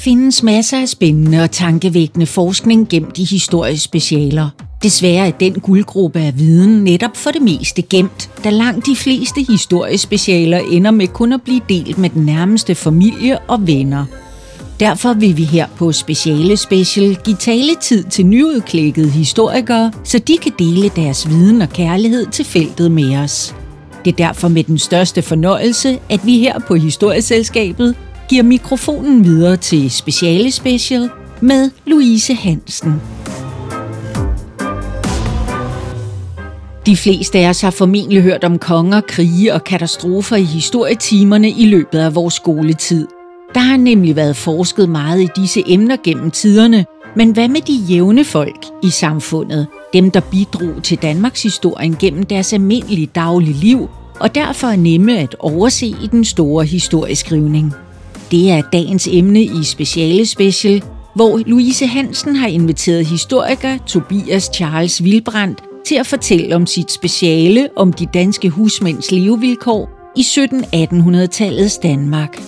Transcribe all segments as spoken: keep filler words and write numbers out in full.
findes masser af spændende og tankevækkende forskning gemt i historiespecialer. Desværre er den guldgruppe af viden netop for det meste gemt, da langt de fleste historiespecialer ender med kun at blive delt med den nærmeste familie og venner. Derfor vil vi her på Speciale Special give taletid til nyudklækkede historikere, så de kan dele deres viden og kærlighed til feltet med os. Det er derfor med den største fornøjelse, at vi her på Historieselskabet giver mikrofonen videre til Speciale Special med Louise Hansen. De fleste af os har formentlig hørt om konger, krige og katastrofer i historietimerne i løbet af vores skoletid. Der har nemlig været forsket meget i disse emner gennem tiderne, men hvad med de jævne folk i samfundet? Dem, der bidrog til Danmarks historien gennem deres almindelige daglige liv, og derfor er nemme at overse i den store historieskrivning. Det er dagens emne i Speciale Special, hvor Louise Hansen har inviteret historiker Tobias Charles Wilbrandt til at fortælle om sit speciale om de danske husmænds levevilkår i sytten-attenhundrede-tallets Danmark.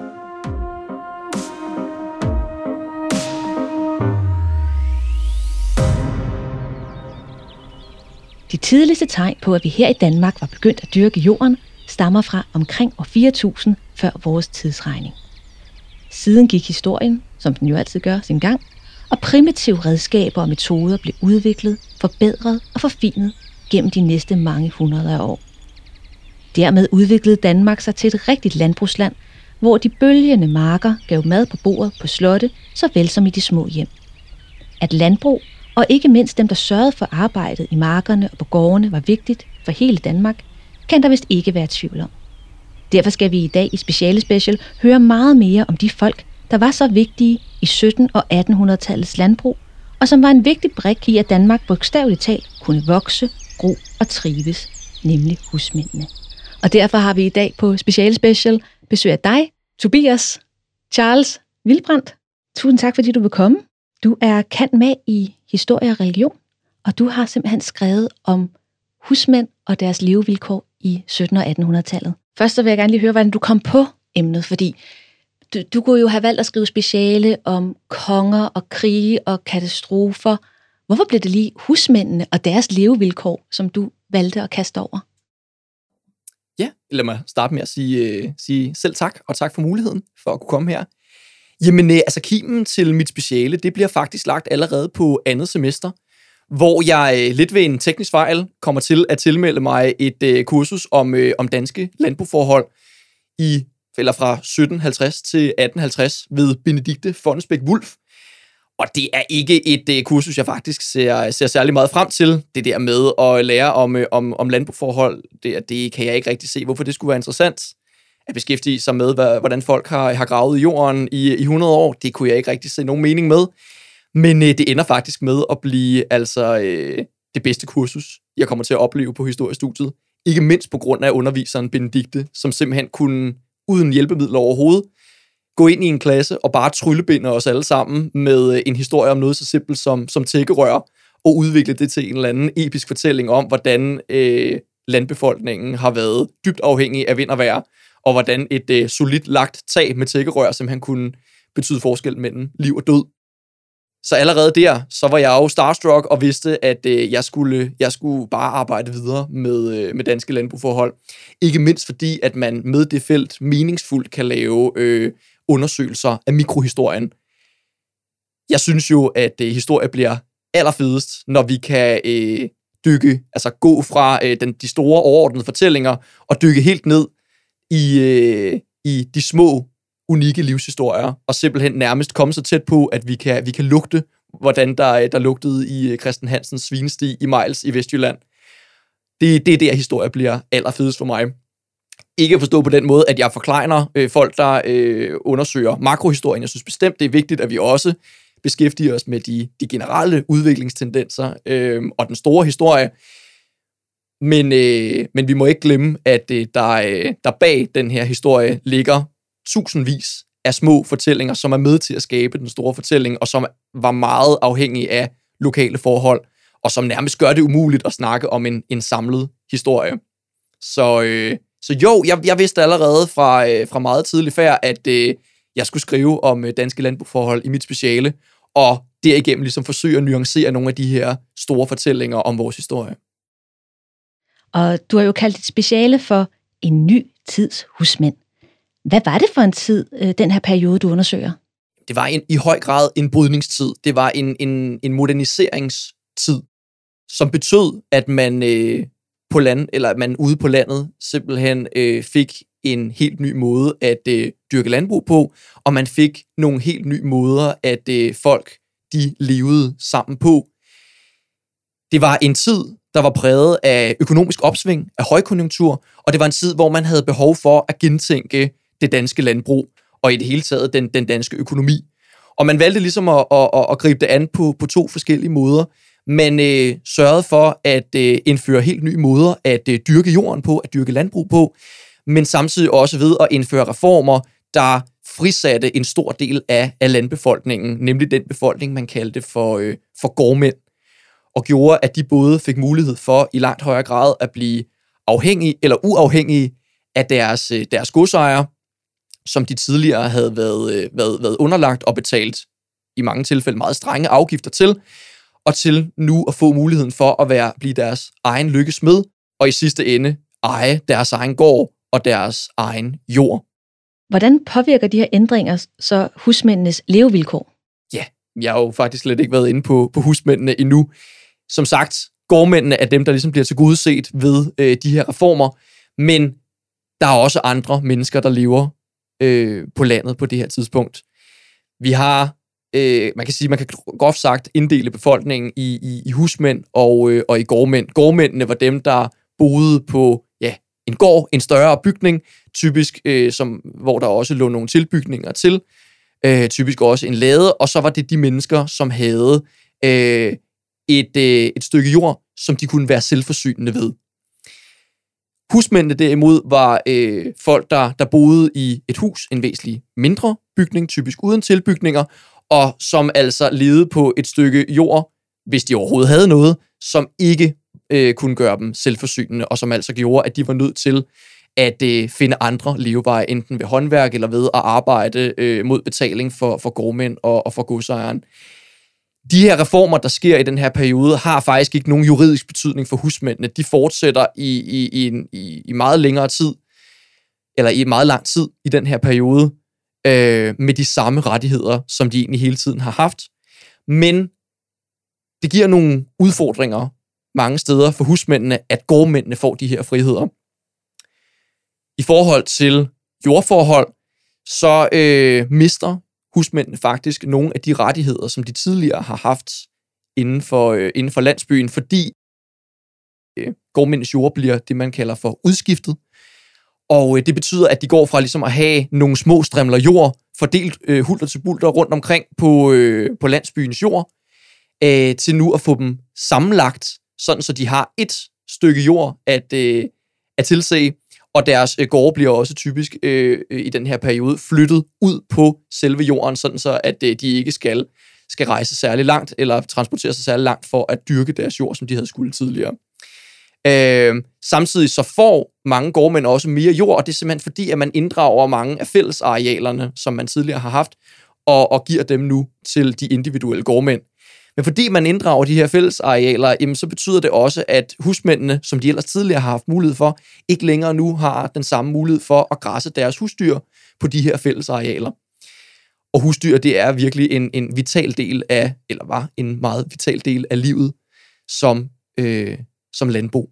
De tidligste tegn på, at vi her i Danmark var begyndt at dyrke jorden, stammer fra omkring år fire tusind før vores tidsregning. Siden gik historien, som den jo altid gør, sin gang, og primitive redskaber og metoder blev udviklet, forbedret og forfinet gennem de næste mange hundrede af år. Dermed udviklede Danmark sig til et rigtigt landbrugsland, hvor de bølgende marker gav mad på bordet på slotte, såvel som i de små hjem. At landbrug, og ikke mindst dem, der sørgede for arbejdet i markerne og på gårdene, var vigtigt for hele Danmark, kan der vist ikke være tvivl om. Derfor skal vi i dag i Speciale Special høre meget mere om de folk, der var så vigtige i sytten- og attenhundrede-tallets landbrug, og som var en vigtig brik i, at Danmark bogstaveligt talt kunne vokse, gro og trives, nemlig husmændene. Og derfor har vi i dag på Speciale Special besøg af dig, Tobias Charles Wilbrandt. Tusind tak, fordi du vil komme. Du er kendt med i historie og religion, og du har simpelthen skrevet om husmænd og deres levevilkår i sytten- og attenhundrede-tallet. Først så vil jeg gerne lige høre, hvordan du kom på emnet, fordi du, du kunne jo have valgt at skrive speciale om konger og krige og katastrofer. Hvorfor blev det lige husmændene og deres levevilkår, som du valgte at kaste over? Ja, lad mig starte med at sige, øh, sige selv tak, og tak for muligheden for at kunne komme her. Jamen, øh, altså kimen til mit speciale, det bliver faktisk lagt allerede på andet semester, hvor jeg øh, lidt ved en teknisk fejl kommer til at tilmelde mig et øh, kursus om, øh, om danske landboforhold i, eller fra sytten halvtreds til atten halvtreds ved Benedikte Fonnesbech-Wulff. Og det er ikke et øh, kursus, jeg faktisk ser, ser særlig meget frem til. Det der med at lære om, øh, om, om landboforhold, det, det kan jeg ikke rigtig se, hvorfor det skulle være interessant at beskæftige sig med, hvordan folk har, har gravet i jorden i, i hundrede år. Det kunne jeg ikke rigtig se nogen mening med. Men øh, det ender faktisk med at blive altså øh, det bedste kursus, jeg kommer til at opleve på historiestudiet. Ikke mindst på grund af underviseren Benedikte, som simpelthen kunne, uden hjælpemidler overhovedet, gå ind i en klasse og bare tryllebinde os alle sammen med en historie om noget så simpelt som, som tækkerør, og udvikle det til en eller anden episk fortælling om, hvordan øh, landbefolkningen har været dybt afhængig af vind og vejr, og hvordan et øh, solidt lagt tag med tækkerør simpelthen kunne betyde forskel mellem liv og død. Så allerede der, så var jeg jo starstruck og vidste, at øh, jeg, skulle, jeg skulle bare arbejde videre med, øh, med danske landboforhold. Ikke mindst fordi, at man med det felt meningsfuldt kan lave øh, undersøgelser af mikrohistorien. Jeg synes jo, at øh, historie bliver allerfedest, når vi kan øh, dykke, altså gå fra øh, den, de store overordnede fortællinger og dykke helt ned i, øh, i de små, unikke livshistorier, og simpelthen nærmest komme så tæt på, at vi kan, vi kan lugte, hvordan der, der lugtede i Christen Hansens svinesti i Mejls i Vestjylland. Det, det er der, historie bliver allerfedest for mig. Ikke at forstå på den måde, at jeg forklejner øh, folk, der øh, undersøger makrohistorien. Jeg synes bestemt, det er vigtigt, at vi også beskæftiger os med de, de generelle udviklingstendenser øh, og den store historie. Men, øh, men vi må ikke glemme, at øh, der, øh, der bag den her historie ligger tusindvis af små fortællinger, som er med til at skabe den store fortælling, og som var meget afhængige af lokale forhold, og som nærmest gør det umuligt at snakke om en, en samlet historie. Så, øh, så jo, jeg, jeg vidste allerede fra, øh, fra meget tidlig færd, at øh, jeg skulle skrive om danske landboforhold i mit speciale, og derigennem ligesom forsøge at nuancere nogle af de her store fortællinger om vores historie. Og du har jo kaldt dit speciale for en ny tids husmænd. Hvad var det for en tid, den her periode, du undersøger? Det var en, i høj grad en brydningstid. Det var en, en, en moderniseringstid, som betød, at man øh, på land, eller at man ude på landet simpelthen øh, fik en helt ny måde at øh, dyrke landbrug på, og man fik nogle helt nye måder, at øh, folk de levede sammen på. Det var en tid, der var præget af økonomisk opsving, af højkonjunktur, og det var en tid, hvor man havde behov for at gentænke det danske landbrug, og i det hele taget den, den danske økonomi. Og man valgte ligesom at, at, at, at gribe det an på, på to forskellige måder. Man øh, sørgede for at øh, indføre helt nye måder at øh, dyrke jorden på, at dyrke landbrug på, men samtidig også ved at indføre reformer, der frisatte en stor del af, af landbefolkningen, nemlig den befolkning, man kaldte for, øh, for gårdmænd, og gjorde, at de både fik mulighed for i langt højere grad at blive afhængige eller uafhængige af deres, øh, deres godsejere, som de tidligere havde været, øh, været, været underlagt og betalt i mange tilfælde meget strenge afgifter til, og til nu at få muligheden for at være, blive deres egen lykkesmed, og i sidste ende eje deres egen gård og deres egen jord. Hvordan påvirker de her ændringer så husmændenes levevilkår? Ja, jeg har jo faktisk slet ikke været inde på, på husmændene endnu. Som sagt, gårdmændene er dem, der ligesom bliver tilgodeset ved øh, de her reformer, men der er også andre mennesker, der lever øh, på landet på det her tidspunkt. Vi har, øh, man kan sige, man kan groft sagt inddele befolkningen i, i, i husmænd og, øh, og i gårdmænd. Gårdmændene var dem, der boede på ja, en gård, en større bygning, typisk, øh, som, hvor der også lå nogle tilbygninger til, øh, typisk også en lade, og så var det de mennesker, som havde øh, et, øh, et stykke jord, som de kunne være selvforsynende ved. Husmændene derimod var øh, folk, der, der boede i et hus, en væsentlig mindre bygning, typisk uden tilbygninger, og som altså levede på et stykke jord, hvis de overhovedet havde noget, som ikke øh, kunne gøre dem selvforsynende, og som altså gjorde, at de var nødt til at øh, finde andre leveveje, enten ved håndværk eller ved at arbejde øh, mod betaling for, for gårdmænd og, og for godsejeren. De her reformer, der sker i den her periode, har faktisk ikke nogen juridisk betydning for husmændene. De fortsætter i, i, i, en, i, i meget længere tid, eller i meget lang tid i den her periode, øh, med de samme rettigheder, som de egentlig hele tiden har haft. Men det giver nogle udfordringer mange steder for husmændene, at gårdmændene får de her friheder. I forhold til jordforhold, så øh, mister husmændene faktisk nogle af de rettigheder, som de tidligere har haft inden for, øh, inden for landsbyen, fordi øh, gårdmændenes jord bliver det, man kalder for udskiftet. Og øh, det betyder, at de går fra ligesom at have nogle små strimler jord, fordelt øh, hulter til bulter rundt omkring på, øh, på landsbyens jord, øh, til nu at få dem sammenlagt, sådan så de har et stykke jord at, øh, at tilse, og deres øh, gårde bliver også typisk øh, i den her periode flyttet ud på selve jorden, sådan så at øh, de ikke skal, skal rejse særlig langt, eller transportere sig særlig langt for at dyrke deres jord, som de havde skulle tidligere. Øh, samtidig så får mange gårdmænd også mere jord, og det er simpelthen fordi, at man inddrager mange af fællesarealerne, som man tidligere har haft, og, og giver dem nu til de individuelle gårdmænd. Men fordi man inddrager de her fællesarealer, jamen, så betyder det også, at husmændene, som de ellers tidligere har haft mulighed for, ikke længere nu har den samme mulighed for at græsse deres husdyr på de her fællesarealer. Og husdyr, det er virkelig en, en vital del af, eller var en meget vital del af livet som, øh, som landbo.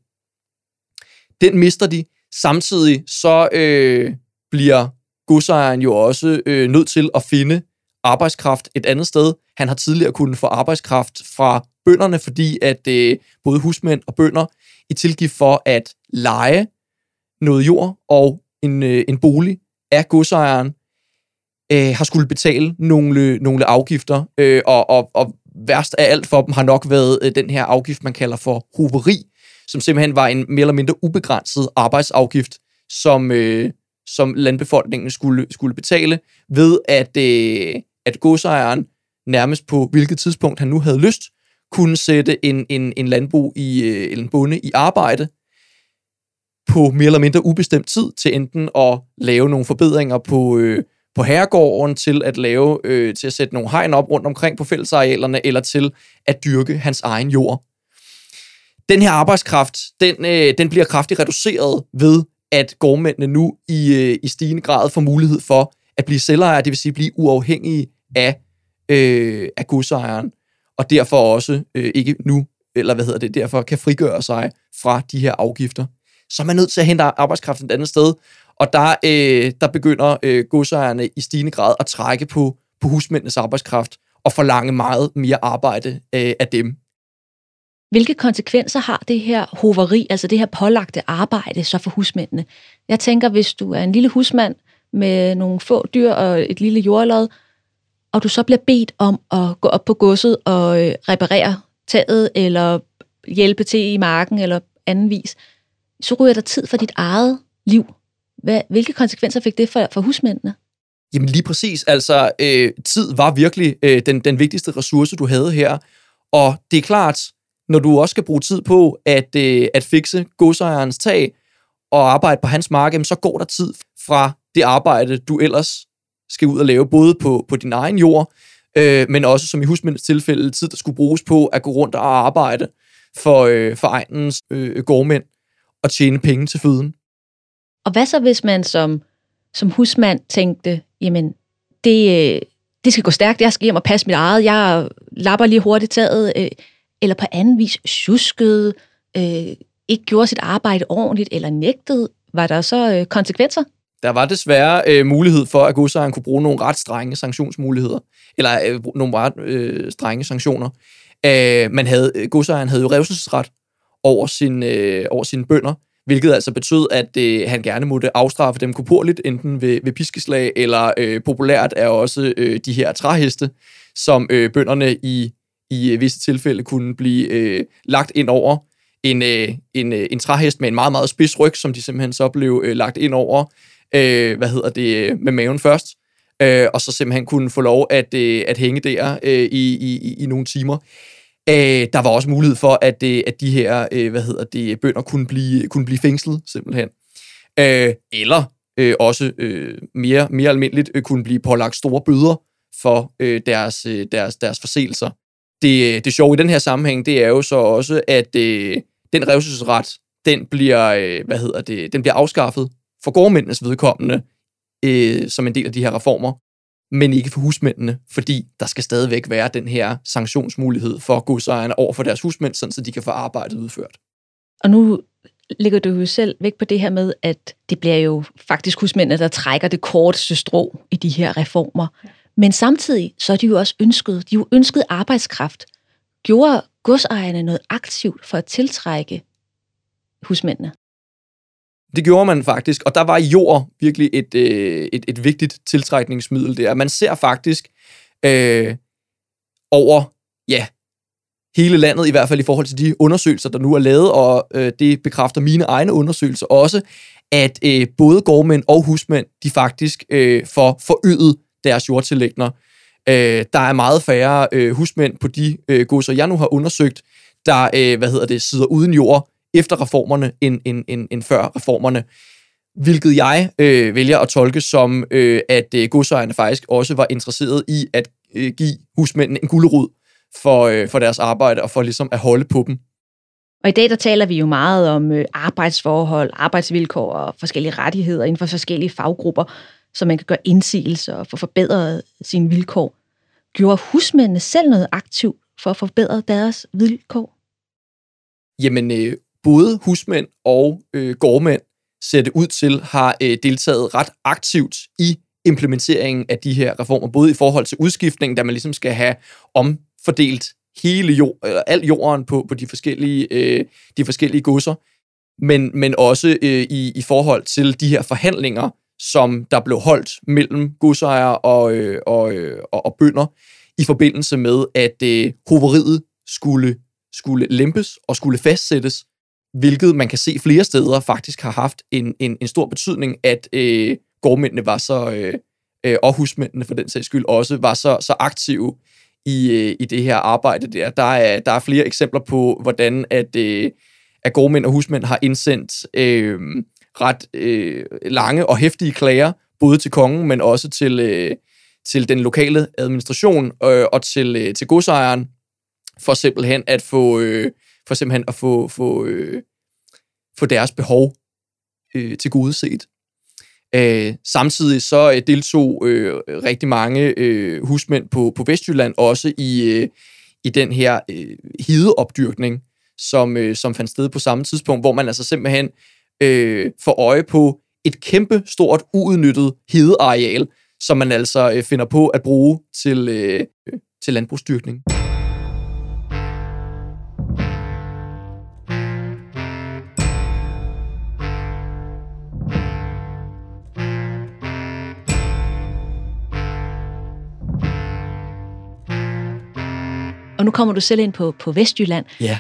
Den mister de. Samtidig så øh, bliver godsejeren jo også øh, nødt til at finde arbejdskraft et andet sted. Han har tidligere kunnet få arbejdskraft fra bønderne, fordi at øh, både husmænd og bønder i tilgift for at leje noget jord og en, øh, en bolig af godsejeren, øh, har skulle betale nogle, nogle afgifter, øh, og, og, og værst af alt for dem har nok været øh, den her afgift, man kalder for hoveri, som simpelthen var en mere eller mindre ubegrænset arbejdsafgift, som, øh, som landbefolkningen skulle, skulle betale, ved at, øh, at godsejeren nærmest på hvilket tidspunkt han nu havde lyst, kunne sætte en, en, en landbo i, eller en bonde i arbejde på mere eller mindre ubestemt tid til enten at lave nogle forbedringer på, øh, på herregården, til at lave, øh, til at sætte nogle hegn op rundt omkring på fællesarealerne, eller til at dyrke hans egen jord. Den her arbejdskraft, den, øh, den bliver kraftigt reduceret ved, at gårdmændene nu i, øh, i stigende grad får mulighed for at blive selvejere, det vil sige blive uafhængige af, øh, af godsejeren, og derfor også øh, ikke nu, eller hvad hedder det, derfor kan frigøre sig fra de her afgifter. Så er man nødt til at hente arbejdskraften et andet sted, og der, øh, der begynder øh, godsejerne i stigende grad at trække på, på husmændenes arbejdskraft og forlange meget mere arbejde øh, af dem. Hvilke konsekvenser har det her hoveri, altså det her pålagte arbejde, så for husmændene? Jeg tænker, hvis du er en lille husmand med nogle få dyr og et lille jordlod, og du så bliver bedt om at gå op på godset og reparere taget, eller hjælpe til i marken, eller anden vis, så ryger der tid for dit eget liv. Hvad, hvilke konsekvenser fik det for, for husmændene? Jamen lige præcis. Altså, øh, tid var virkelig øh, den, den vigtigste ressource, du havde her. Og det er klart, når du også skal bruge tid på at, øh, at fikse godsejerens tag og arbejde på hans mark, så går der tid fra det arbejde, du ellers skal ud og lave, både på, på din egen jord, øh, men også som i husmændenes tilfælde, tid, der skulle bruges på at gå rundt og arbejde for, øh, for egnens øh, gårdmænd og tjene penge til føden. Og hvad så, hvis man som, som husmand tænkte, jamen, det, det skal gå stærkt, jeg skal hjem og passe mit eget, jeg lapper lige hurtigt taget, øh, eller på anden vis sjuskede, øh, ikke gjorde sit arbejde ordentligt, eller nægtede, var der så øh, konsekvenser? Der var desværre øh, mulighed for, at godsejeren kunne bruge nogle ret strenge sanktionsmuligheder, eller øh, nogle ret øh, strenge sanktioner. Øh, man havde, godsejeren havde jo revselsesret over, sin, øh, over sine bønder, hvilket altså betød, at øh, han gerne måtte afstraffe dem korporligt, enten ved, ved piskeslag, eller øh, populært er også øh, de her træheste, som øh, bønderne i, i visse tilfælde kunne blive øh, lagt ind over. En, øh, en, øh, en træhest med en meget, meget spids ryg, som de simpelthen så blev øh, lagt ind over, øh, hvad hedder det, med maven først, øh, og så simpelthen kunne få lov at, øh, at hænge der øh, i, i, i nogle timer. Øh, der var også mulighed for, at, øh, at de her, øh, hvad hedder det, bønder kunne blive, kunne blive fængslet, simpelthen. Øh, eller øh, også øh, mere, mere almindeligt øh, kunne blive pålagt store bøder for øh, deres, øh, deres, deres forseelser. Det, det sjove i den her sammenhæng, det er jo så også, at øh, den revselsesret, den bliver, øh, hvad hedder det, den bliver afskaffet for gårdmændenes vedkommende, øh, som en del af de her reformer, men ikke for husmændene, fordi der skal stadigvæk være den her sanktionsmulighed for godsejerne over for deres husmænd, sådan så de kan få arbejdet udført. Og nu ligger du jo selv væk på det her med, at det bliver jo faktisk husmændene, der trækker det korteste strå i de her reformer. Men samtidig så er de jo også ønsket, de jo ønsket arbejdskraft. Gjorde godsejerne noget aktivt for at tiltrække husmændene? Det gjorde man faktisk, og der var jord virkelig et, øh, et, et vigtigt tiltrækningsmiddel der. Man ser faktisk øh, over ja, hele landet, i hvert fald i forhold til de undersøgelser, der nu er lavet, og øh, det bekræfter mine egne undersøgelser også, at øh, både gårdmænd og husmænd, de faktisk øh, får forøget deres jordtillægner. Øh, der er meget færre øh, husmænd på de øh, godser, jeg nu har undersøgt, der øh, hvad hedder det, sidder uden jord efter reformerne end, end, end, end før reformerne. Hvilket jeg øh, vælger at tolke som, øh, at øh, godsejerne faktisk også var interesseret i at øh, give husmændene en gulerod for, øh, for deres arbejde og for ligesom at holde på dem. Og i dag der taler vi jo meget om øh, arbejdsforhold, arbejdsvilkår og forskellige rettigheder inden for forskellige faggrupper, så man kan gøre indsigelser og få forbedret sine vilkår. Gjorde husmændene selv noget aktivt for at forbedre deres vilkår? Jamen, øh, både husmænd og øh, gårdmænd ser det ud til, har øh, deltaget ret aktivt i implementeringen af de her reformer, både i forhold til udskiftningen, da man ligesom skal have omfordelt hele jord, eller al jorden på, på de forskellige, øh, de forskellige godser, men, men også øh, i, i forhold til de her forhandlinger, som der blev holdt mellem godsejere og, øh, og, øh, og, og bønder, i forbindelse med, at øh, hoveriet skulle, skulle lempes og skulle fastsættes, hvilket man kan se flere steder faktisk har haft en, en, en stor betydning, at øh, gårdmændene var så, øh, øh, og husmændene for den sags skyld også, var så, så aktive i, øh, i det her arbejde der. Der er, der er flere eksempler på, hvordan at, øh, at gårdmænd og husmænd har indsendt øh, ret øh, lange og heftige klager både til kongen, men også til, øh, til den lokale administration øh, og til, øh, til godsejeren, for simpelthen at få, øh, for simpelthen at få, få, øh, få deres behov øh, tilgodeset. Øh, samtidig så øh, deltog øh, rigtig mange øh, husmænd på, på Vestjylland også i, øh, i den her øh, hedeopdyrkning, som, øh, som fandt sted på samme tidspunkt, hvor man altså simpelthen øh, får øje på et kæmpe stort uudnyttet hedeareal, som man altså øh, finder på at bruge til, øh, til landbrugsdyrkning. Og nu kommer du selv ind på, på Vestjylland. Ja.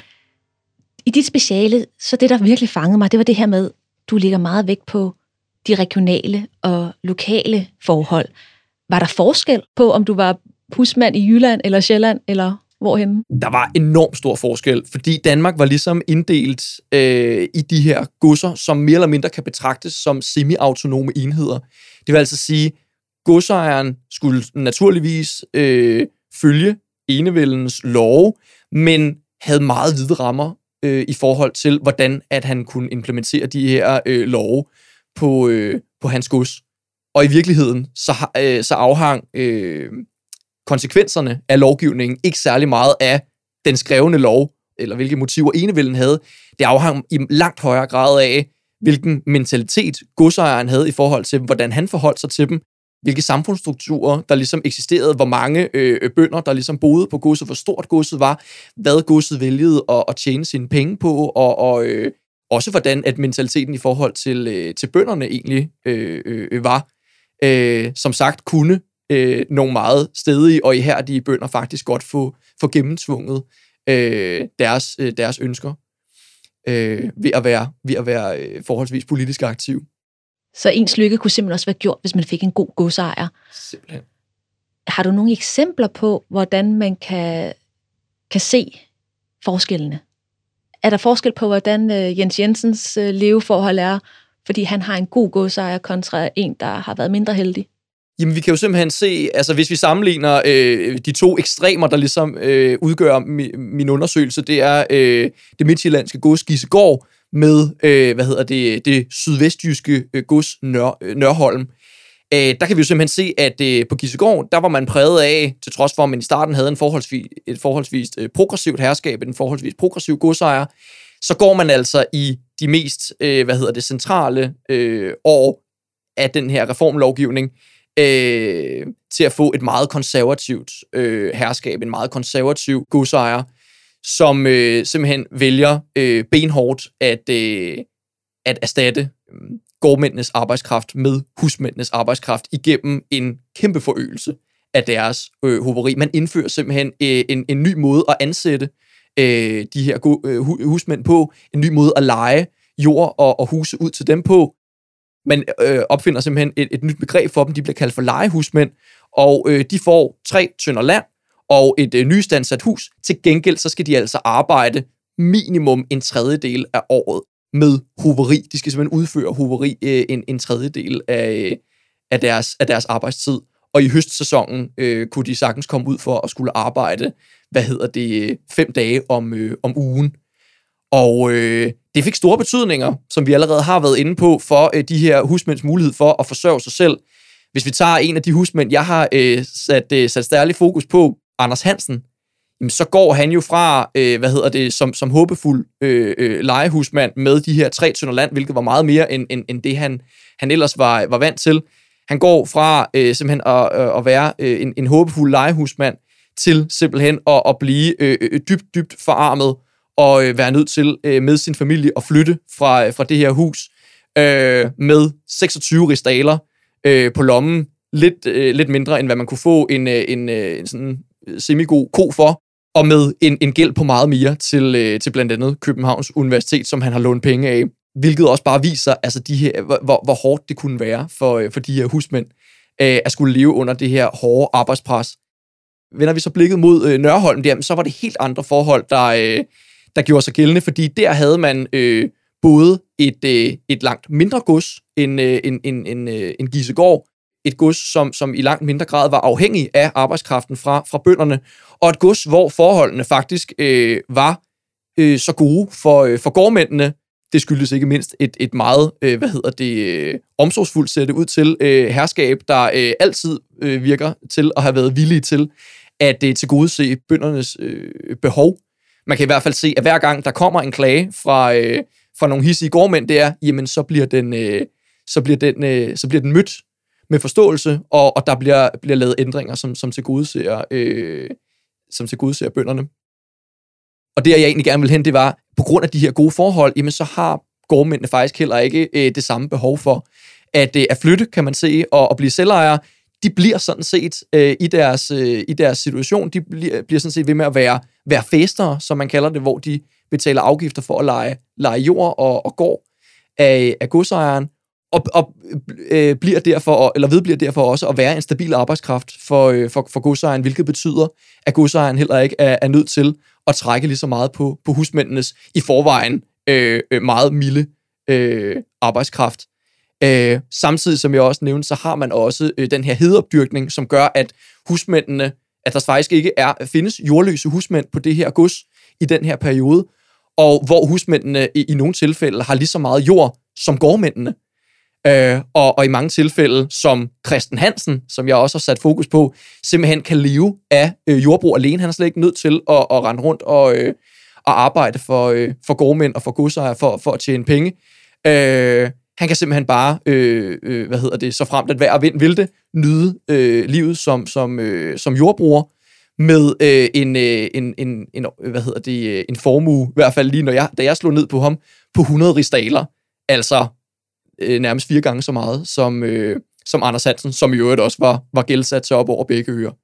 I dit speciale, så det, der virkelig fangede mig, det var det her med, du ligger meget vægt på de regionale og lokale forhold. Var der forskel på, om du var husmand i Jylland eller Sjælland, eller hvorhenne? Der var enormt stor forskel, fordi Danmark var ligesom inddelt øh, i de her godser, som mere eller mindre kan betragtes som semi-autonome enheder. Det vil altså sige, godsejeren skulle naturligvis øh, følge enevældens love, men havde meget vide rammer øh, i forhold til, hvordan at han kunne implementere de her øh, love på, øh, på hans gods. Og i virkeligheden, så, øh, så afhang øh, konsekvenserne af lovgivningen ikke særlig meget af den skrevne lov, eller hvilke motiver enevælden havde. Det afhang i langt højere grad af, hvilken mentalitet godsejeren havde i forhold til, hvordan han forholdt sig til dem, hvilke samfundsstrukturer, der ligesom eksisterede, hvor mange øh, bønder, der ligesom boede på godset, hvor stort godset var, hvad godset vælgede at, at tjene sine penge på, og, og øh, også hvordan at mentaliteten i forhold til, øh, til bønderne egentlig øh, øh, var. Øh, som sagt kunne øh, nogle meget stedige og ihærdige bønder faktisk godt få, få gennemtvunget øh, deres, øh, deres ønsker øh, ved at være, ved at være øh, forholdsvis politisk aktiv. Så ens lykke kunne simpelthen også være gjort, hvis man fik en god godsejer. Simpelthen. Har du nogle eksempler på, hvordan man kan, kan se forskellene? Er der forskel på, hvordan uh, Jens Jensens uh, leveforhold er, fordi han har en god godsejer kontra en, der har været mindre heldig? Jamen, vi kan jo simpelthen se, altså hvis vi sammenligner øh, de to ekstremer, der ligesom øh, udgør mi, min undersøgelse, det er øh, det midtjyllandske gods Gisegård med, øh, hvad hedder det, det sydvestjyske øh, gods Nør, Nørholm. Øh, der kan vi jo simpelthen se, at øh, på Gisegård, der var man præget af, til trods for, at man i starten havde en forholdsvis, et forholdsvis øh, progressivt herskab, en forholdsvis progressiv godsejer, så går man altså i de mest, øh, hvad hedder det, centrale øh, år af den her reformlovgivning, Øh, til at få et meget konservativt øh, herskab, en meget konservativ godsejer, som øh, simpelthen vælger øh, benhårdt at, øh, at erstatte øh, gårdmændenes arbejdskraft med husmændenes arbejdskraft igennem en kæmpe forøgelse af deres øh, hoveri. Man indfører simpelthen øh, en, en ny måde at ansætte øh, de her go- øh, husmænd på, en ny måde at leje jord og, og huse ud til dem på. Man øh, opfinder simpelthen et, et nyt begreb for dem, de bliver kaldt for lejehusmænd, og øh, de får tre tønder land og et øh, nystandsat hus. Til gengæld så skal de altså arbejde minimum en tredjedel af året med hoveri. De skal simpelthen udføre hoveri øh, en, en tredjedel af, af, deres, af deres arbejdstid. Og i høstsæsonen øh, kunne de sagtens komme ud for at skulle arbejde, hvad hedder det, fem dage om, øh, om ugen. Og øh, det fik store betydninger, som vi allerede har været inde på, for øh, de her husmænds mulighed for at forsørge sig selv. Hvis vi tager en af de husmænd, jeg har øh, sat, øh, sat stærlig fokus på, Anders Hansen, jamen, så går han jo fra, øh, hvad hedder det, som, som håbefuld øh, øh, lejehusmand med de her tre tønder land, hvilket var meget mere end, end, end det, han, han ellers var, var vant til. Han går fra øh, simpelthen at, øh, at være øh, en, en håbefuld lejehusmand til simpelthen at, at blive øh, øh, dybt, dybt forarmet og øh, være nødt til øh, med sin familie at flytte fra, fra det her hus øh, med seksogtyve rigsdaler øh, på lommen. Lidt, øh, lidt mindre, end hvad man kunne få en, øh, en, øh, en sådan semigod ko for, og med en, en gæld på meget mere til, øh, til blandt andet Københavns Universitet, som han har lånt penge af. Hvilket også bare viser, altså de her, hvor, hvor hårdt det kunne være for, øh, for de her husmænd øh, at skulle leve under det her hårde arbejdspres. Vender vi så blikket mod øh, Nørholm, der, så var det helt andre forhold, der... Øh, der gjorde sig gældende, fordi der havde man øh, både et, øh, et langt mindre gods end, øh, en, en, en, øh, en Gisegård, et gods, som, som i langt mindre grad var afhængig af arbejdskraften fra, fra bønderne, og et gods, hvor forholdene faktisk øh, var øh, så gode for, øh, for gårdmændene. Det skyldes ikke mindst et, et meget, øh, hvad hedder det, øh, omsorgsfuldt ser det ud til, øh, herskab, der øh, altid øh, virker til at have været villige til at øh, tilgodese bøndernes øh, behov. Man kan i hvert fald se, at hver gang der kommer en klage fra, øh, fra nogle hissige gårdmænd, det er, jamen så bliver den, øh, så bliver den, øh, så bliver den mødt med forståelse, og, og der bliver, bliver lavet ændringer, som, som tilgodeser, øh, som tilgodeser bønderne. Og det, jeg egentlig gerne vil hen, det var, på grund af de her gode forhold, jamen så har gårdmændene faktisk heller ikke øh, det samme behov for at, øh, at flytte, kan man se, og, og blive selvejere. De bliver sådan set øh, i, deres, øh, i deres situation, de bliver, bliver sådan set ved med at være, være fæstere, som man kalder det, hvor de betaler afgifter for at leje, leje jord og, og gård af, af godsejeren, og, og øh, bliver derfor, eller vedbliver derfor også at være en stabil arbejdskraft for, øh, for, for godsejeren, hvilket betyder, at godsejeren heller ikke er, er nødt til at trække lige så meget på, på husmændenes i forvejen øh, meget milde øh, arbejdskraft. Øh, samtidig, som jeg også nævnte, så har man også øh, den her hedopdyrkning, som gør, at husmændene, at der faktisk ikke er, findes jordløse husmænd på det her gods i den her periode, og hvor husmændene i, i nogle tilfælde har lige så meget jord som gårdmændene. Øh, og, og i mange tilfælde, som Christen Hansen, som jeg også har sat fokus på, simpelthen kan leve af øh, jordbrug alene. Han er slet ikke nødt til at, at rende rundt og, øh, og arbejde for, øh, for gårdmænd og for godsejere for, for at tjene penge. Øh, han kan simpelthen bare, øh, øh, hvad hedder det, så fremt at vejr og vind vil det, nyde øh, livet som, som, øh, som jordbruger med øh, en, øh, en, en, en, hvad hedder det, en formue, i hvert fald lige når jeg, da jeg slog ned på ham, på hundrede rigsdaler. Altså øh, nærmest fire gange så meget som, øh, som Anders Hansen, som i øvrigt også var, var gældsat til op over begge ører.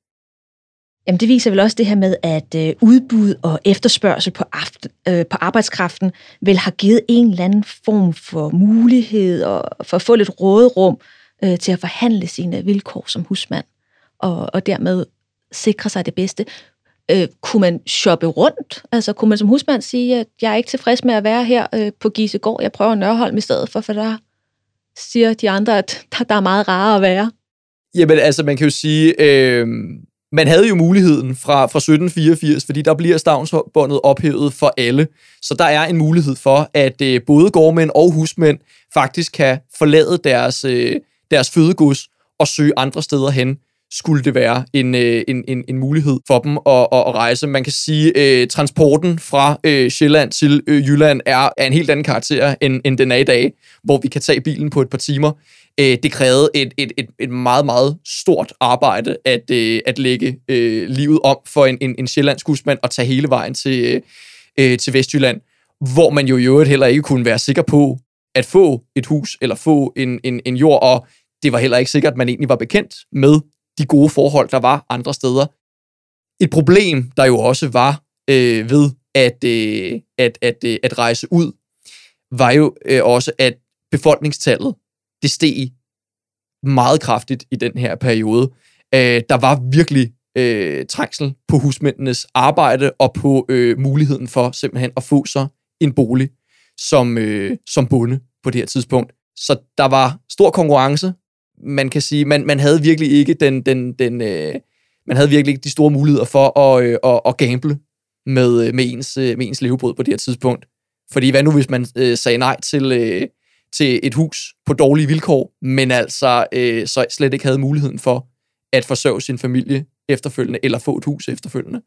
Jamen det viser vel også det her med, at øh, udbud og efterspørgsel på, aften, øh, på arbejdskraften vel har givet en eller anden form for mulighed og for at få lidt råderum øh, til at forhandle sine vilkår som husmand, og, og dermed sikre sig det bedste. Øh, kunne man shoppe rundt? Altså kunne man som husmand sige, at jeg er ikke tilfreds med at være her øh, på Gisegård, jeg prøver Nørholm i stedet for, for der siger de andre, at der, der er meget rarere at være? Jamen altså, man kan jo sige, øh, man havde jo muligheden fra, fra sytten fireogfirs, fordi der bliver stavnsbåndet ophævet for alle. Så der er en mulighed for, at øh, både gårdmænd og husmænd faktisk kan forlade deres, øh, deres fødegods og søge andre steder hen, skulle det være en, øh, en, en, en mulighed for dem at, at, at rejse. Man kan sige, at øh, transporten fra øh, Sjælland til øh, Jylland er af en helt anden karakter, end, end den er i dag, hvor vi kan tage bilen på et par timer. Øh, det krævede et, et, et, et meget, meget stort arbejde at, øh, at lægge øh, livet om for en, en, en sjællandsk husmand og tage hele vejen til, øh, til Vestjylland, hvor man jo i øvrigt heller ikke kunne være sikker på at få et hus eller få en, en, en jord, og det var heller ikke sikkert, at man egentlig var bekendt med de gode forhold, der var andre steder. Et problem, der jo også var øh, ved at, øh, at, at, øh, at rejse ud, var jo øh, også, at befolkningstallet, det steg meget kraftigt i den her periode. Øh, der var virkelig øh, trængsel på husmændenes arbejde og på øh, muligheden for simpelthen at få sig en bolig som, øh, som bonde på det her tidspunkt. Så der var stor konkurrence. Man kan sige, man man havde virkelig ikke den den den øh, man havde virkelig ikke de store muligheder for at øh, at, at gamble med med ens med ens levebrød på det her tidspunkt. Fordi hvad nu hvis man øh, sagde nej til øh, til et hus på dårlige vilkår, men altså øh, så slet ikke havde muligheden for at forsørge sin familie efterfølgende eller få et hus efterfølgende.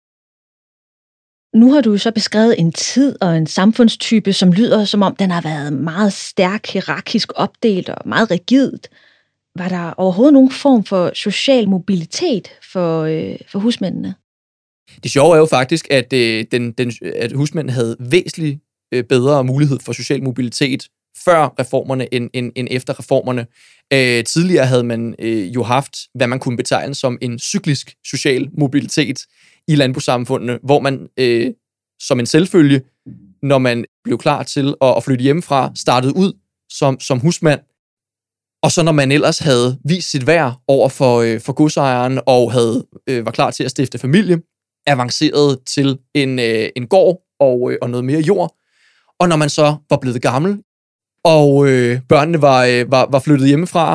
Nu har du så beskrevet en tid og en samfundstype, som lyder som om den har været meget stærk, hierarkisk opdelt og meget rigidt. Var der overhovedet nogen form for social mobilitet for, øh, for husmændene? Det sjove er jo faktisk, at, øh, den, den, at husmændene havde væsentligt øh, bedre mulighed for social mobilitet før reformerne end, end, end efter reformerne. Øh, tidligere havde man øh, jo haft, hvad man kunne betegne som en cyklisk social mobilitet i landbrugssamfundene, hvor man øh, som en selvfølge, når man blev klar til at, at flytte hjemmefra, startede ud som, som husmand. Og så når man ellers havde vist sit værd over for, øh, for godsejeren og havde, øh, var klar til at stifte familie, avanceret til en, øh, en gård og, øh, og noget mere jord. Og når man så var blevet gammel, og øh, børnene var, øh, var, var flyttet hjemmefra,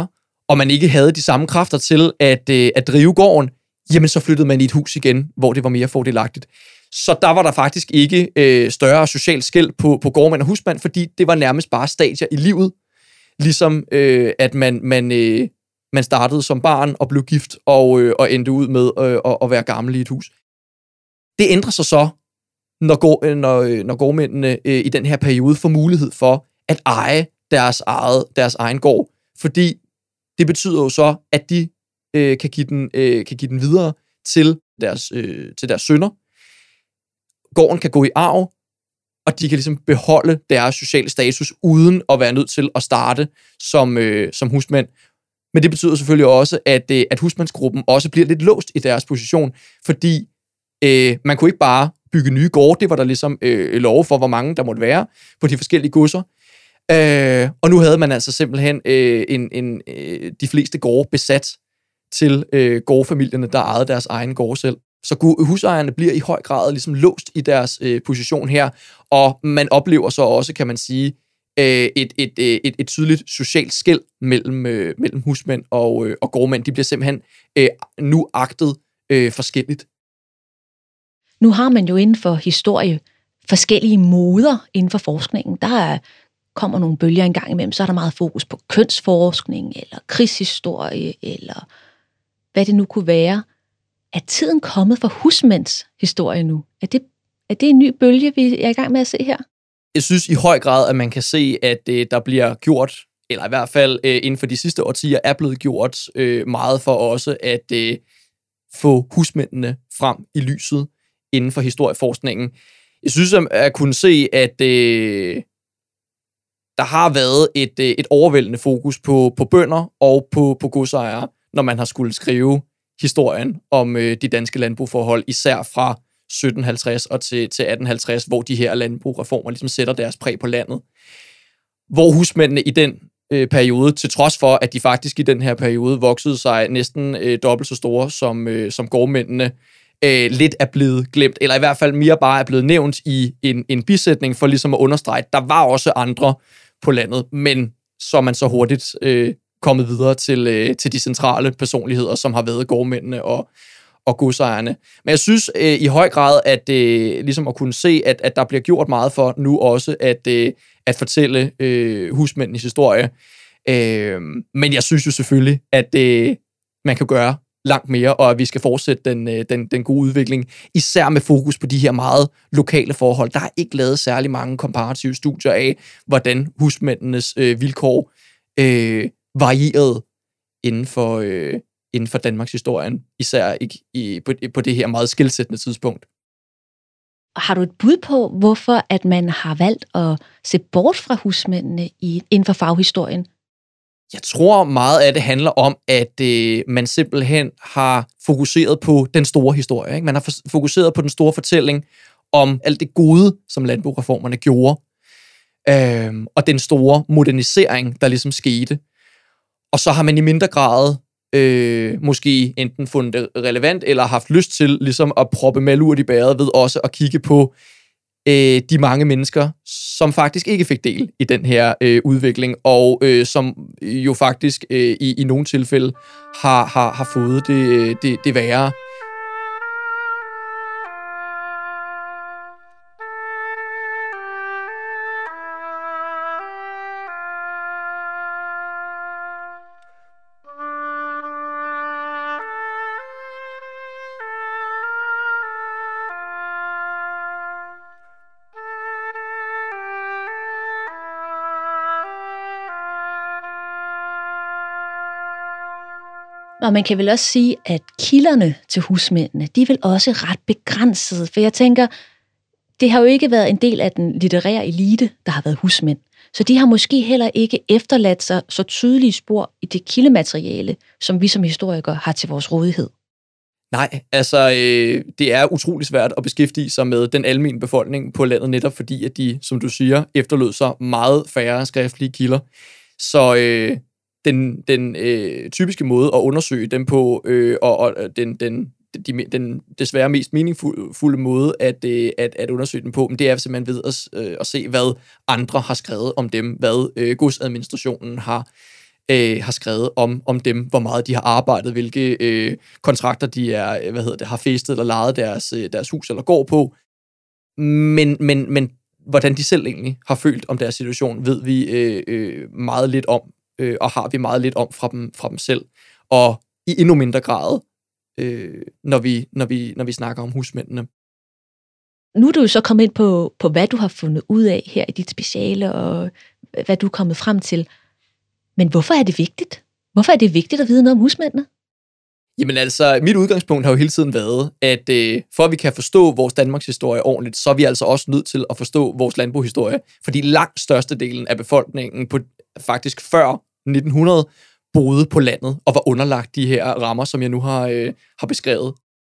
og man ikke havde de samme kræfter til at, øh, at drive gården, jamen så flyttede man i et hus igen, hvor det var mere fordelagtigt. Så der var der faktisk ikke øh, større social skel på, på gårdmand og husmand, fordi det var nærmest bare stadier i livet, ligesom øh, at man, man, øh, man startede som barn og blev gift og, øh, og endte ud med øh, at, at være gammel i et hus. Det ændrer sig så, når, går, når, når gårdmændene øh, i den her periode får mulighed for at eje deres, eget, deres egen gård, fordi det betyder jo så, at de øh, kan, give den, øh, kan give den videre til deres, øh, til deres sønner. Gården kan gå i arv, og de kan ligesom beholde deres sociale status, uden at være nødt til at starte som, øh, som husmænd. Men det betyder selvfølgelig også, at, øh, at husmandsgruppen også bliver lidt låst i deres position, fordi øh, man kunne ikke bare bygge nye gårde. Det var der ligesom øh, lov for, hvor mange der måtte være på de forskellige godser. Øh, og nu havde man altså simpelthen øh, en, en, øh, de fleste gårde besat til øh, gårdfamilierne, der ejede deres egen gård selv. Så husejerne bliver i høj grad ligesom låst i deres øh, position her, og man oplever så også, kan man sige, øh, et, et, et, et tydeligt socialt skel mellem, øh, mellem husmænd og, øh, og gårdmænd. De bliver simpelthen øh, nu agtet øh, forskelligt. Nu har man jo inden for historie forskellige moder inden for forskningen. Der er, kommer nogle bølger en gang imellem, så er der meget fokus på kønsforskning, eller krigshistorie, eller hvad det nu kunne være. Er tiden kommet for husmænds historie nu? Er det, er det en ny bølge, vi er i gang med at se her? Jeg synes i høj grad, at man kan se, at øh, der bliver gjort, eller i hvert fald øh, inden for de sidste årtier, er blevet gjort øh, meget for også at øh, få husmændene frem i lyset inden for historieforskningen. Jeg synes at, at kunne se, at øh, der har været et, øh, et overvældende fokus på, på bønder og på, på godsejere, når man har skulle skrive historien om øh, de danske landbrugsforhold, især fra sytten halvtreds og til, til atten halvtreds, hvor de her landbrugsreformer ligesom sætter deres præg på landet. Hvor husmændene i den øh, periode, til trods for, at de faktisk i den her periode voksede sig næsten øh, dobbelt så store som, øh, som gårdmændene, øh, lidt er blevet glemt, eller i hvert fald mere bare er blevet nævnt i en, en bisætning, for ligesom at understrege, der var også andre på landet, men så er man så hurtigt øh, kommet videre til, øh, til de centrale personligheder, som har været gårdmændene og, og godsejerne. Men jeg synes øh, i høj grad, at øh, ligesom at kunne se, at, at der bliver gjort meget for nu også at, øh, at fortælle øh, husmændenes historie. Øh, men jeg synes jo selvfølgelig, at øh, man kan gøre langt mere, og at vi skal fortsætte den, øh, den, den gode udvikling, især med fokus på de her meget lokale forhold. Der er ikke lavet særlig mange komparative studier af, hvordan husmændenes øh, vilkår øh, varieret inden for, øh, inden for Danmarks historien, især ikke i, på, på det her meget skelsættende tidspunkt. Har du et bud på, hvorfor at man har valgt at se bort fra husmændene i, inden for faghistorien? Jeg tror meget af det handler om, at øh, man simpelthen har fokuseret på den store historie. Ikke? Man har fokuseret på den store fortælling om alt det gode, som landbrugsreformerne gjorde, øh, og den store modernisering, der ligesom skete. Og så har man i mindre grad øh, måske enten fundet det relevant, eller haft lyst til ligesom at proppe malurt i bæret ved også at kigge på øh, de mange mennesker, som faktisk ikke fik del i den her øh, udvikling, og øh, som jo faktisk øh, i, i nogle tilfælde har, har, har fået det, det, det værre. Og man kan vel også sige, at kilderne til husmændene, de er vel også ret begrænsede. For jeg tænker, det har jo ikke været en del af den litterære elite, der har været husmænd. Så de har måske heller ikke efterladt sig så tydelige spor i det kildemateriale, som vi som historikere har til vores rådighed. Nej, altså øh, det er utrolig svært at beskæftige sig med den almene befolkning på landet, netop fordi, at de, som du siger, efterlod sig meget færre skriftlige kilder. Så øh, den, den øh, typiske måde at undersøge dem på, øh, og, og den, den, de, den desværre mest meningsfulde måde at, øh, at, at undersøge dem på, men det er simpelthen ved at, øh, at se, hvad andre har skrevet om dem, hvad øh, godsadministrationen har, øh, har skrevet om, om dem, hvor meget de har arbejdet, hvilke øh, kontrakter de er, hvad hedder det, har festet eller lejet deres, øh, deres hus eller går på. Men, men, men hvordan de selv egentlig har følt om deres situation, ved vi øh, øh, meget lidt om, øh, og har vi meget lidt om fra dem, fra dem selv. Og i endnu mindre grad, øh, når, vi, når, vi, når vi snakker om husmændene. Nu er du jo så kommet ind på, på, hvad du har fundet ud af her i dit speciale, og hvad du er kommet frem til. Men hvorfor er det vigtigt? Hvorfor er det vigtigt at vide noget om husmændene? Jamen altså, mit udgangspunkt har jo hele tiden været, at øh, for at vi kan forstå vores Danmarks historie ordentligt, så er vi altså også nødt til at forstå vores landbohistorie. Fordi langt størstedelen af befolkningen, på, faktisk før nitten hundrede, boede på landet og var underlagt de her rammer, som jeg nu har, øh, har beskrevet.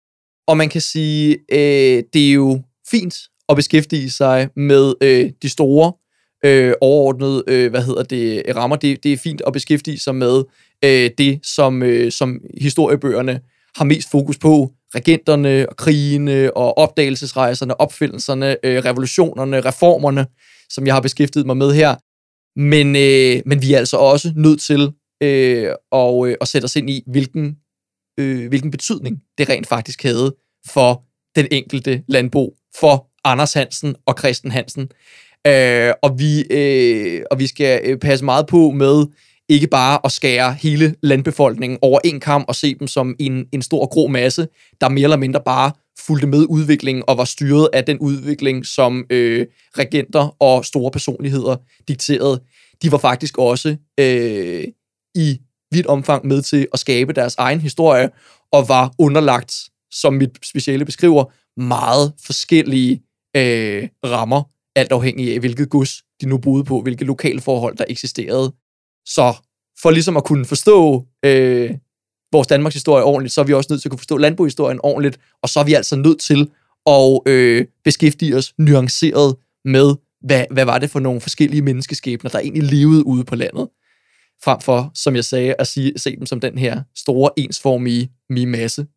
Og man kan sige, øh, det er jo fint at beskæftige sig med øh, de store øh, overordnede øh, hvad hedder det, rammer. Det, det er fint at beskæftige sig med øh, det, som, øh, som historiebøgerne har mest fokus på. Regenterne, og krigene, og opdagelsesrejserne, opfindelserne, øh, revolutionerne, reformerne, som jeg har beskæftiget mig med her. Men, øh, men vi er altså også nødt til øh, at, øh, at sætte os ind i, hvilken, øh, hvilken betydning det rent faktisk havde for den enkelte landbo, for Anders Hansen og Christen Hansen. Øh, og, vi, øh, og vi skal passe meget på med ikke bare at skære hele landbefolkningen over en kam og se dem som en, en stor grå masse, der mere eller mindre bare fulgte med udviklingen og var styret af den udvikling, som øh, regenter og store personligheder dikterede. De var faktisk også øh, i vidt omfang med til at skabe deres egen historie og var underlagt, som mit speciale beskriver, meget forskellige øh, rammer, alt afhængig af, hvilket gods de nu boede på, hvilke lokale forhold, der eksisterede. Så for ligesom at kunne forstå øh, vores Danmarks historie ordentligt, så er vi også nødt til at kunne forstå landbohistorien ordentligt, og så er vi altså nødt til at øh, beskæftige os nuanceret med, hvad, hvad var det for nogle forskellige menneskeskæbner, der egentlig levede ude på landet, frem for, som jeg sagde, at sige, se dem som den her store, ensformige masse.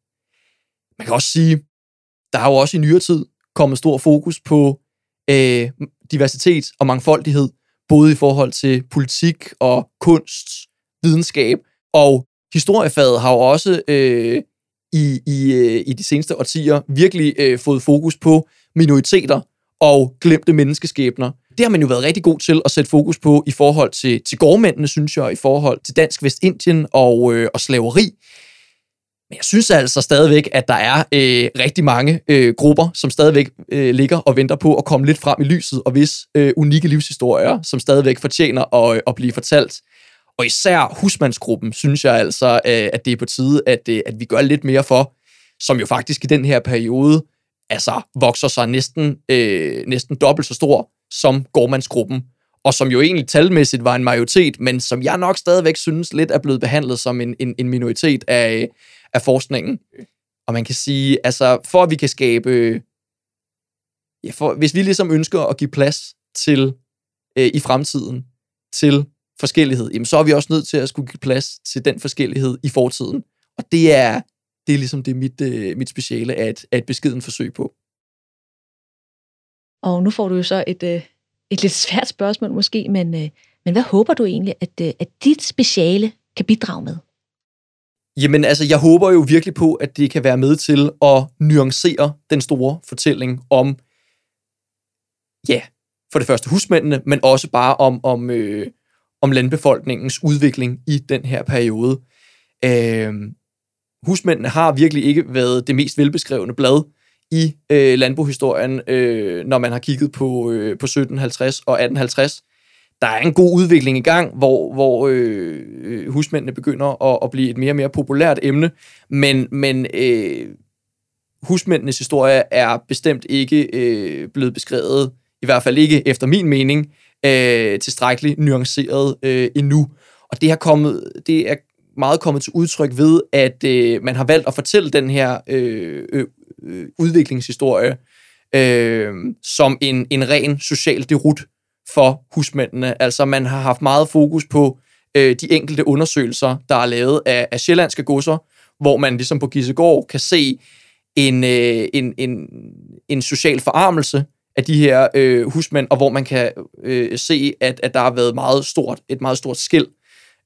Man kan også sige, der har jo også i nyere tid kommet stor fokus på øh, diversitet og mangfoldighed, både i forhold til politik og kunst, videnskab, og historiefaget har jo også øh, i, i, øh, i de seneste årtier virkelig øh, fået fokus på minoriteter og glemte menneskeskæbner. Det har man jo været rigtig god til at sætte fokus på i forhold til, til gårdmændene, synes jeg, i forhold til Dansk Vestindien og, øh, og slaveri. Men jeg synes altså stadigvæk, at der er øh, rigtig mange øh, grupper, som stadigvæk øh, ligger og venter på at komme lidt frem i lyset, og hvis øh, unikke livshistorier, som stadigvæk fortjener at, at blive fortalt. Og især husmandsgruppen, synes jeg altså, øh, at det er på tide, at, øh, at vi gør lidt mere for, som jo faktisk i den her periode altså vokser sig næsten, øh, næsten dobbelt så stor som gårdmandsgruppen, og som jo egentlig talmæssigt var en majoritet, men som jeg nok stadigvæk synes lidt er blevet behandlet som en, en, en minoritet af, af forskningen. Og man kan sige, altså for at vi kan skabe, ja, for, hvis vi ligesom ønsker at give plads til øh, i fremtiden til forskellighed, jamen så er vi også nødt til at skulle give plads til den forskellighed i fortiden. Og det er, det er ligesom det mit, øh, mit speciale er et, er et beskeden forsøg på. Og nu får du jo så et, øh, et lidt svært spørgsmål måske, men, øh, men hvad håber du egentlig, at, øh, at dit speciale kan bidrage med? Jamen altså, jeg håber jo virkelig på, at det kan være med til at nuancere den store fortælling om, ja, for det første husmændene, men også bare om, om, øh, om landbefolkningens udvikling i den her periode. Øh, husmændene har virkelig ikke været det mest velbeskrevne blad i øh, landbohistorien, øh, når man har kigget på, øh, på sytten halvtreds og atten halvtreds. Der er en god udvikling i gang, hvor, hvor øh, husmændene begynder at, at blive et mere og mere populært emne, men, men øh, husmændenes historie er bestemt ikke øh, blevet beskrevet, i hvert fald ikke efter min mening, øh, tilstrækkeligt nuanceret øh, endnu. Og det, har kommet, det er meget kommet til udtryk ved, at øh, man har valgt at fortælle den her øh, øh, udviklingshistorie øh, som en, en ren social derut for husmændene. Altså man har haft meget fokus på øh, de enkelte undersøgelser, der er lavet af, af sjællandske godser, hvor man ligesom på Gissegård kan se en, øh, en, en, en social forarmelse af de her øh, husmænd, og hvor man kan øh, se, at, at der har været meget stort, et meget stort skel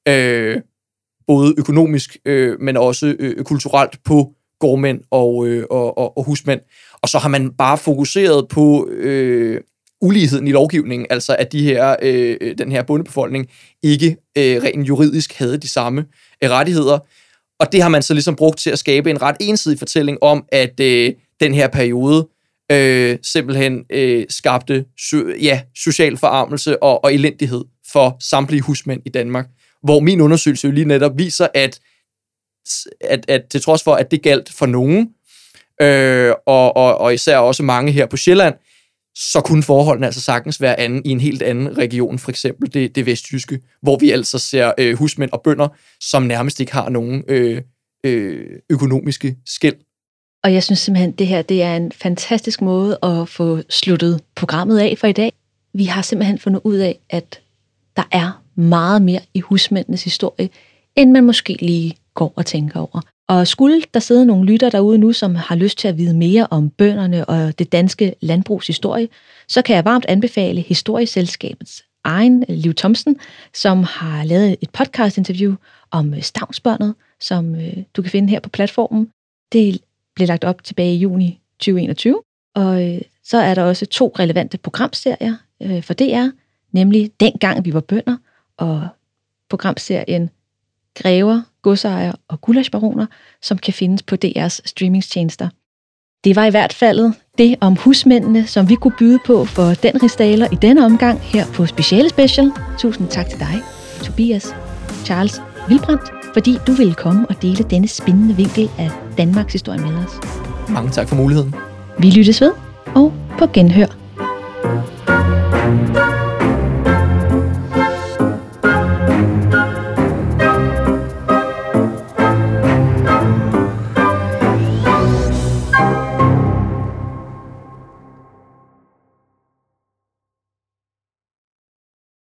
øh, både økonomisk, øh, men også øh, kulturelt på gårdmænd og, øh, og, og, og husmænd. Og så har man bare fokuseret på øh, uligheden i lovgivningen, altså at de her, øh, den her bondebefolkning ikke øh, rent juridisk havde de samme øh, rettigheder. Og det har man så ligesom brugt til at skabe en ret ensidig fortælling om, at øh, den her periode øh, simpelthen øh, skabte so- ja, social forarmelse og, og elendighed for samtlige husmænd i Danmark. Hvor min undersøgelse jo lige netop viser, at, at, at til trods for, at det galt for nogen, øh, og, og, og især også mange her på Sjælland, så kunne forholdene altså sagtens være anden i en helt anden region, for eksempel det, det vestjyske, hvor vi altså ser øh, husmænd og bønder, som nærmest ikke har nogen øh, øh, økonomiske skel. Og jeg synes simpelthen, det her det er en fantastisk måde at få sluttet programmet af for i dag. Vi har simpelthen fundet ud af, at der er meget mere i husmændenes historie, end man måske lige går og tænker over. Og skulle der sidde nogle lytter derude nu, som har lyst til at vide mere om bønderne og det danske landbrugs historie, så kan jeg varmt anbefale Historieselskabets egen Liv Thomsen, som har lavet et podcast-interview om stavnsbåndet, som øh, du kan finde her på platformen. Det blev lagt op tilbage i juni tyve enogtyve, og øh, så er der også to relevante programserier øh, for D R, nemlig Dengang vi var bønder, og programserien Grever, Godsejer og Gullaschbaroner, som kan findes på D R's streamingstjenester. Det var i hvert fald det om husmændene, som vi kunne byde på for den rigsdaler i denne omgang her på Speciale Special. Tusind tak til dig, Tobias Charles Vilbrandt, fordi du ville komme og dele denne spændende vinkel af Danmarks historie med os. Mange tak for muligheden. Vi lyttes ved, og på genhør.